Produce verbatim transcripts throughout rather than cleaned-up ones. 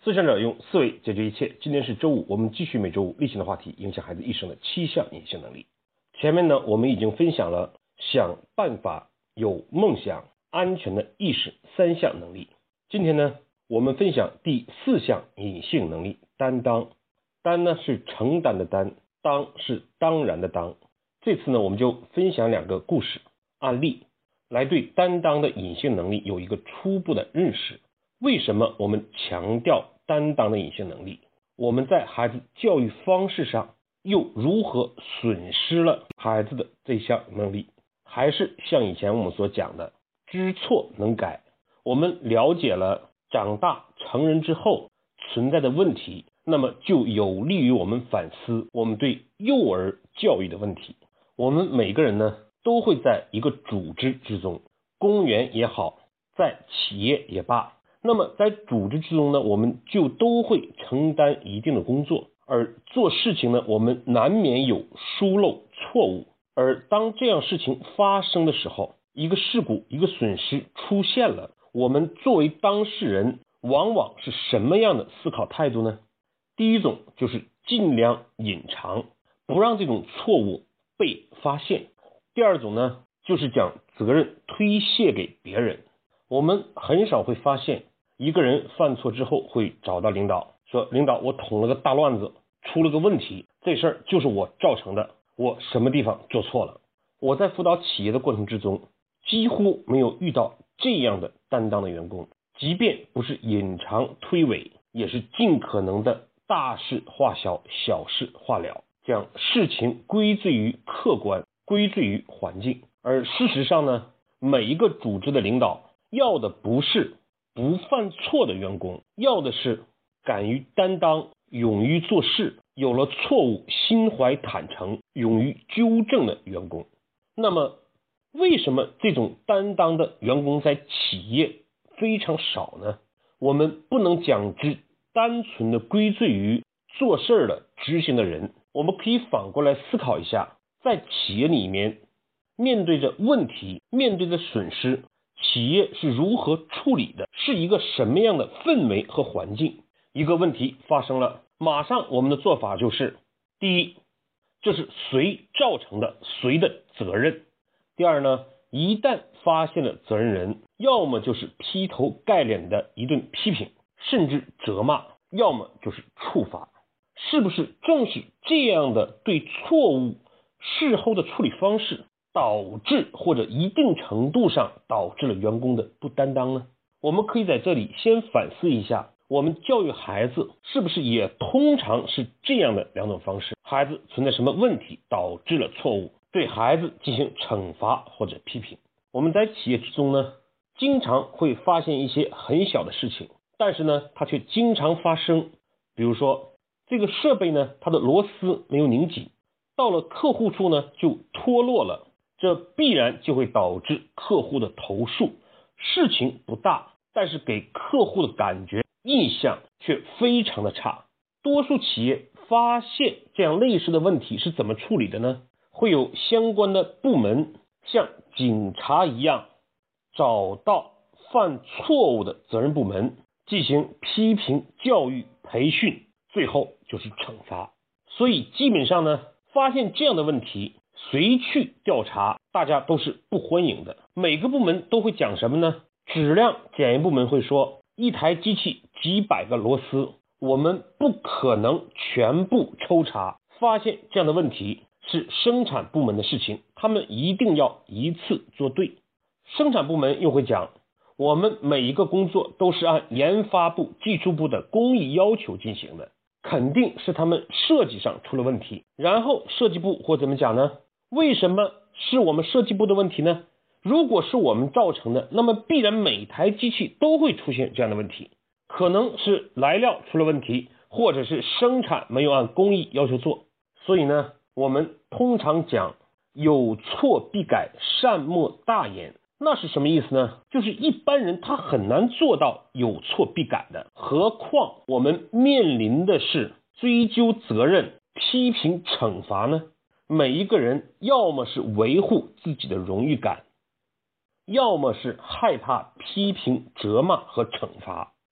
思想者用思维解决一切。今天是周五，我们继续每周五例行的话题，影响孩子一生的七项隐性能力。前面呢，我们已经分享了想办法、有梦想、安全的意识三项能力。今天呢，我们分享第四项隐性能力，担当。担呢是承担的担，当是当然的当。这次呢，我们就分享两个故事案例，来对担当的隐性能力有一个初步的认识。为什么我们强调担当的隐性能力？我们在孩子教育方式上又如何损失了孩子的这项能力？还是像以前我们所讲的，知错能改。我们了解了长大成人之后存在的问题，那么就有利于我们反思我们对幼儿教育的问题。我们每个人呢，都会在一个组织之中，公园也好，在企业也罢，那么在组织之中呢，我们就都会承担一定的工作，而做事情呢，我们难免有疏漏错误。而当这样事情发生的时候，一个事故一个损失出现了，我们作为当事人往往是什么样的思考态度呢？第一种就是尽量隐藏，不让这种错误被发现。第二种呢，就是将责任推卸给别人。我们很少会发现一个人犯错之后会找到领导说，领导，我捅了个大乱子，出了个问题，这事儿就是我造成的，我什么地方做错了。我在辅导企业的过程之中，几乎没有遇到这样的担当的员工，即便不是隐藏推诿，也是尽可能的大事化小，小事化了，将事情归罪于客观，归罪于环境。而事实上呢，每一个组织的领导要的不是不犯错的员工，要的是敢于担当，勇于做事，有了错误心怀坦诚，勇于纠正的员工。那么为什么这种担当的员工在企业非常少呢？我们不能将之单纯的归罪于做事的执行的人，我们可以反过来思考一下，在企业里面面对着问题，面对着损失，企业是如何处理的，是一个什么样的氛围和环境。一个问题发生了，马上我们的做法就是，第一，这是谁造成的，谁的责任。第二呢，一旦发现了责任人，要么就是劈头盖脸的一顿批评，甚至责骂，要么就是处罚。是不是正是这样的对错误事后的处理方式，导致或者一定程度上导致了员工的不担当呢？我们可以在这里先反思一下，我们教育孩子是不是也通常是这样的两种方式？孩子存在什么问题导致了错误，对孩子进行惩罚或者批评。我们在企业之中呢，经常会发现一些很小的事情，但是呢，它却经常发生。比如说，这个设备呢，它的螺丝没有拧紧，到了客户处呢就脱落了，这必然就会导致客户的投诉。事情不大，但是给客户的感觉印象却非常的差。多数企业发现这样类似的问题是怎么处理的呢？会有相关的部门像警察一样，找到犯错误的责任部门，进行批评、教育、培训，最后就是惩罚。所以基本上呢，发现这样的问题，谁去调查，大家都是不欢迎的。每个部门都会讲什么呢？质量检验部门会说，一台机器几百个螺丝，我们不可能全部抽查，发现这样的问题是生产部门的事情，他们一定要一次做对。生产部门又会讲，我们每一个工作都是按研发部、技术部的工艺要求进行的，肯定是他们设计上出了问题。然后设计部或怎么讲呢？为什么是我们设计部的问题呢？如果是我们造成的，那么必然每台机器都会出现这样的问题，可能是来料出了问题，或者是生产没有按工艺要求做。所以呢，我们通常讲有错必改，善莫大焉。那是什么意思呢？就是一般人他很难做到有错必改的，何况我们面临的是追究责任、批评惩罚呢？每一个人要么是维护自己的荣誉感，要么是害怕批评、责骂和惩罚。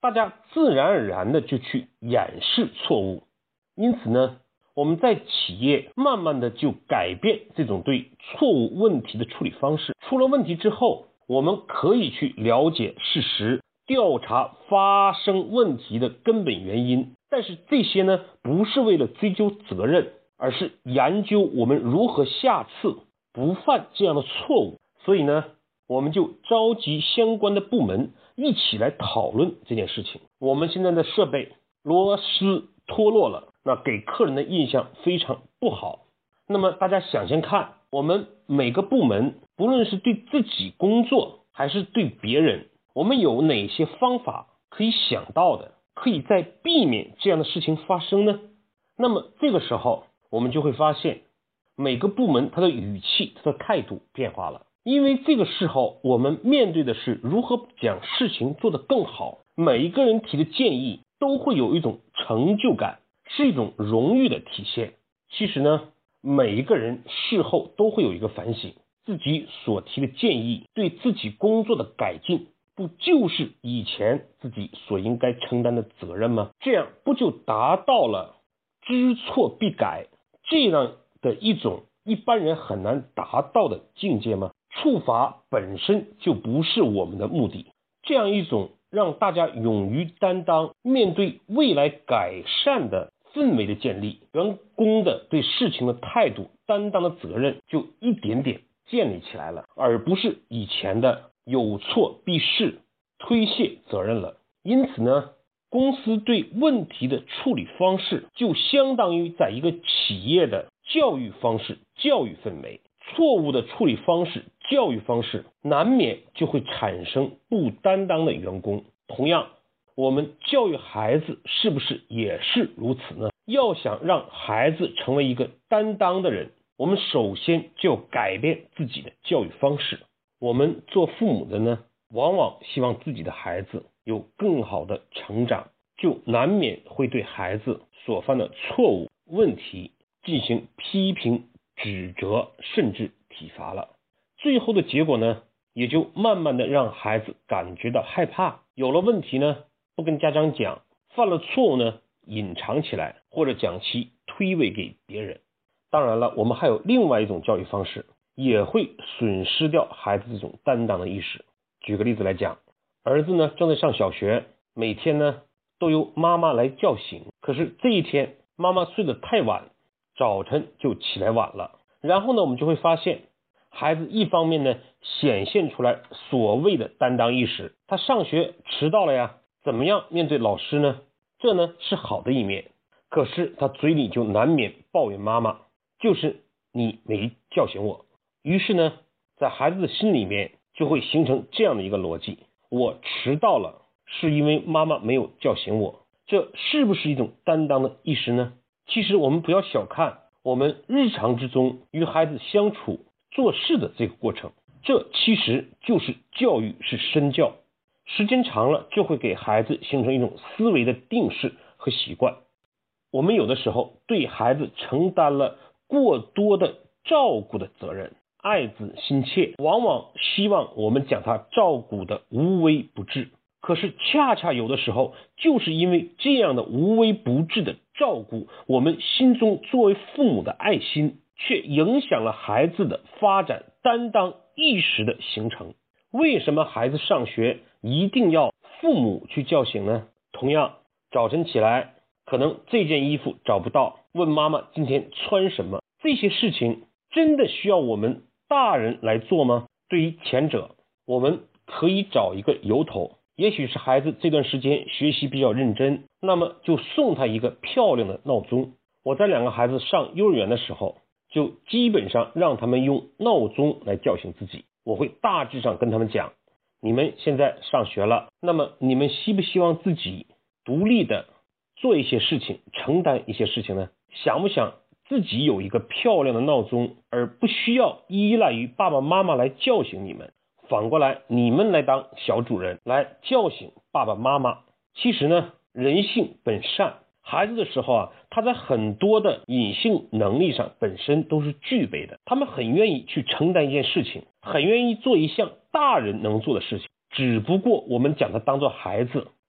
大家自然而然的就去掩饰错误。因此呢，我们在企业慢慢的就改变这种对错误问题的处理方式。出了问题之后，我们可以去了解事实，调查发生问题的根本原因，但是这些呢，不是为了追究责任，而是研究我们如何下次不犯这样的错误。所以呢，我们就召集相关的部门一起来讨论这件事情。我们现在的设备螺丝脱落了，那给客人的印象非常不好。那么大家想想看，我们每个部门不论是对自己工作还是对别人，我们有哪些方法可以想到的，可以在避免这样的事情发生呢？那么这个时候我们就会发现，每个部门它的语气、它的态度变化了。因为这个时候我们面对的是如何将事情做得更好，每一个人提的建议都会有一种成就感，是一种荣誉的体现。其实呢，每一个人事后都会有一个反省，自己所提的建议对自己工作的改进，不就是以前自己所应该承担的责任吗？这样不就达到了知错必改这样的一种一般人很难达到的境界吗？处罚本身就不是我们的目的，这样一种让大家勇于担当，面对未来改善的氛围的建立，员工的对事情的态度、担当的责任就一点点建立起来了，而不是以前的有错必试、推卸责任了。因此呢，公司对问题的处理方式就相当于在一个企业的教育方式、教育氛围。错误的处理方式、教育方式难免就会产生不担当的员工。同样，我们教育孩子是不是也是如此呢？要想让孩子成为一个担当的人，我们首先就改变自己的教育方式。我们做父母的呢，往往希望自己的孩子有更好的成长，就难免会对孩子所犯的错误问题进行批评、指责，甚至体罚了。最后的结果呢，也就慢慢的让孩子感觉到害怕，有了问题呢，不跟家长讲，犯了错误呢，隐藏起来，或者将其推诿给别人。当然了，我们还有另外一种教育方式，也会损失掉孩子这种担当的意识。举个例子来讲，儿子呢正在上小学，每天呢都由妈妈来叫醒，可是这一天妈妈睡得太晚，早晨就起来晚了。然后呢，我们就会发现，孩子一方面呢显现出来所谓的担当意识，他上学迟到了呀，怎么样面对老师呢？这呢是好的一面，可是他嘴里就难免抱怨妈妈，就是你没叫醒我。于是呢，在孩子的心里面就会形成这样的一个逻辑，我迟到了是因为妈妈没有叫醒我。这是不是一种担当的意识呢？其实我们不要小看我们日常之中与孩子相处做事的这个过程，这其实就是教育，是身教。时间长了就会给孩子形成一种思维的定式和习惯。我们有的时候对孩子承担了过多的照顾的责任，爱子心切，往往希望我们将他照顾的无微不至。可是恰恰有的时候就是因为这样的无微不至的照顾，我们心中作为父母的爱心，却影响了孩子的发展担当意识的形成。为什么孩子上学一定要父母去叫醒呢？同样，早晨起来可能这件衣服找不到，问妈妈今天穿什么，这些事情真的需要我们大人来做吗？对于前者，我们可以找一个由头，也许是孩子这段时间学习比较认真，那么就送他一个漂亮的闹钟。我在两个孩子上幼儿园的时候，就基本上让他们用闹钟来叫醒自己。我会大致上跟他们讲，你们现在上学了，那么你们希不希望自己独立的做一些事情，承担一些事情呢？想不想自己有一个漂亮的闹钟，而不需要依赖于爸爸妈妈来叫醒你们？反过来，你们来当小主人，来叫醒爸爸妈妈。其实呢，人性本善，孩子的时候啊，他在很多的隐性能力上本身都是具备的，他们很愿意去承担一件事情，很愿意做一项大人能做的事情，只不过我们将他当作孩子，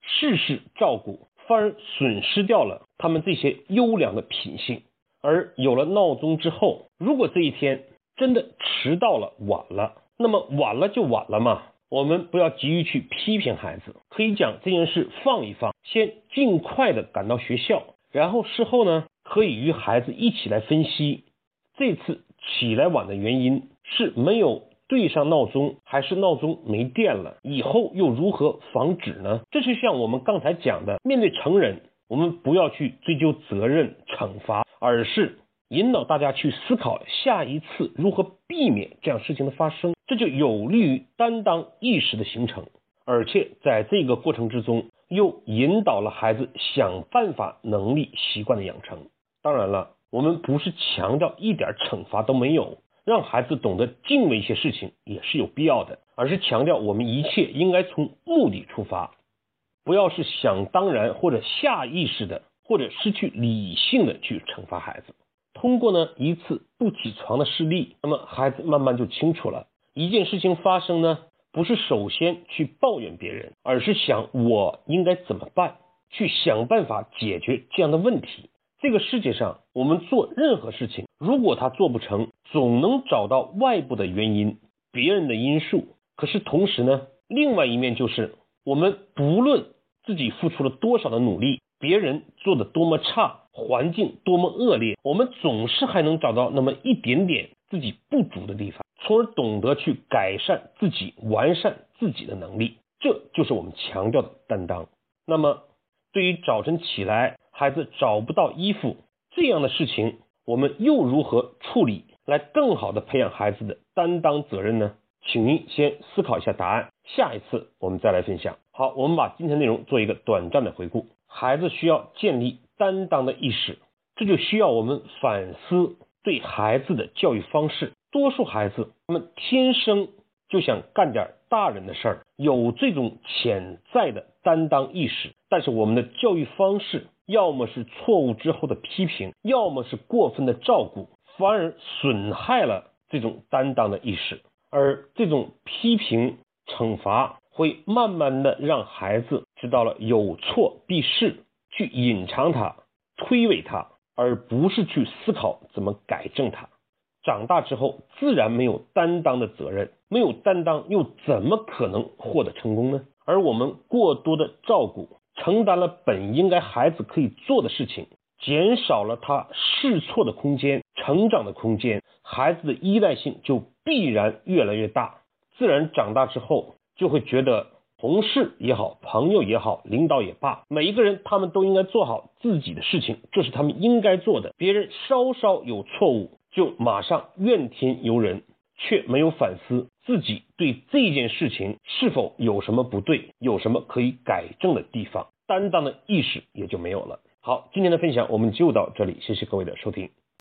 事事照顾，反而损失掉了他们这些优良的品性。而有了闹钟之后，如果这一天真的迟到了晚了，那么晚了就晚了嘛，我们不要急于去批评孩子，可以将这件事放一放，先尽快的赶到学校，然后事后呢可以与孩子一起来分析这次起来晚的原因是没有对上闹钟，还是闹钟没电了，以后又如何防止呢？这就像我们刚才讲的，面对成人，我们不要去追究责任惩罚，而是引导大家去思考下一次如何避免这样事情的发生，这就有利于担当意识的形成，而且在这个过程之中又引导了孩子想办法能力习惯的养成。当然了，我们不是强调一点惩罚都没有，让孩子懂得敬畏一些事情也是有必要的，而是强调我们一切应该从目的出发，不要是想当然或者下意识的或者失去理性的去惩罚孩子。通过呢一次不起床的事例，那么孩子慢慢就清楚了，一件事情发生呢，不是首先去抱怨别人，而是想我应该怎么办，去想办法解决这样的问题。这个世界上我们做任何事情，如果他做不成，总能找到外部的原因，别人的因素。可是同时呢，另外一面就是我们不论自己付出了多少的努力，别人做的多么差，环境多么恶劣，我们总是还能找到那么一点点自己不足的地方，从而懂得去改善自己，完善自己的能力。这就是我们强调的担当。那么对于早晨起来孩子找不到衣服这样的事情，我们又如何处理，来更好的培养孩子的担当责任呢？请您先思考一下答案，下一次我们再来分享。好，我们把今天内容做一个短暂的回顾。孩子需要建立担当的意识，这就需要我们反思对孩子的教育方式。多数孩子他们天生就想干点大人的事儿，有这种潜在的担当意识，但是我们的教育方式要么是错误之后的批评，要么是过分的照顾，反而损害了这种担当的意识。而这种批评惩罚会慢慢的让孩子知道了有错必是，去隐藏它，推诿它，而不是去思考怎么改正它。长大之后自然没有担当的责任，没有担当又怎么可能获得成功呢？而我们过多的照顾，承担了本应该孩子可以做的事情，减少了他试错的空间，成长的空间，孩子的依赖性就必然越来越大，自然长大之后就会觉得同事也好，朋友也好，领导也罢，每一个人他们都应该做好自己的事情，这是他们应该做的，别人稍稍有错误就马上怨天尤人，却没有反思自己对这件事情是否有什么不对，有什么可以改正的地方，担当的意识也就没有了。好，今天的分享我们就到这里，谢谢各位的收听。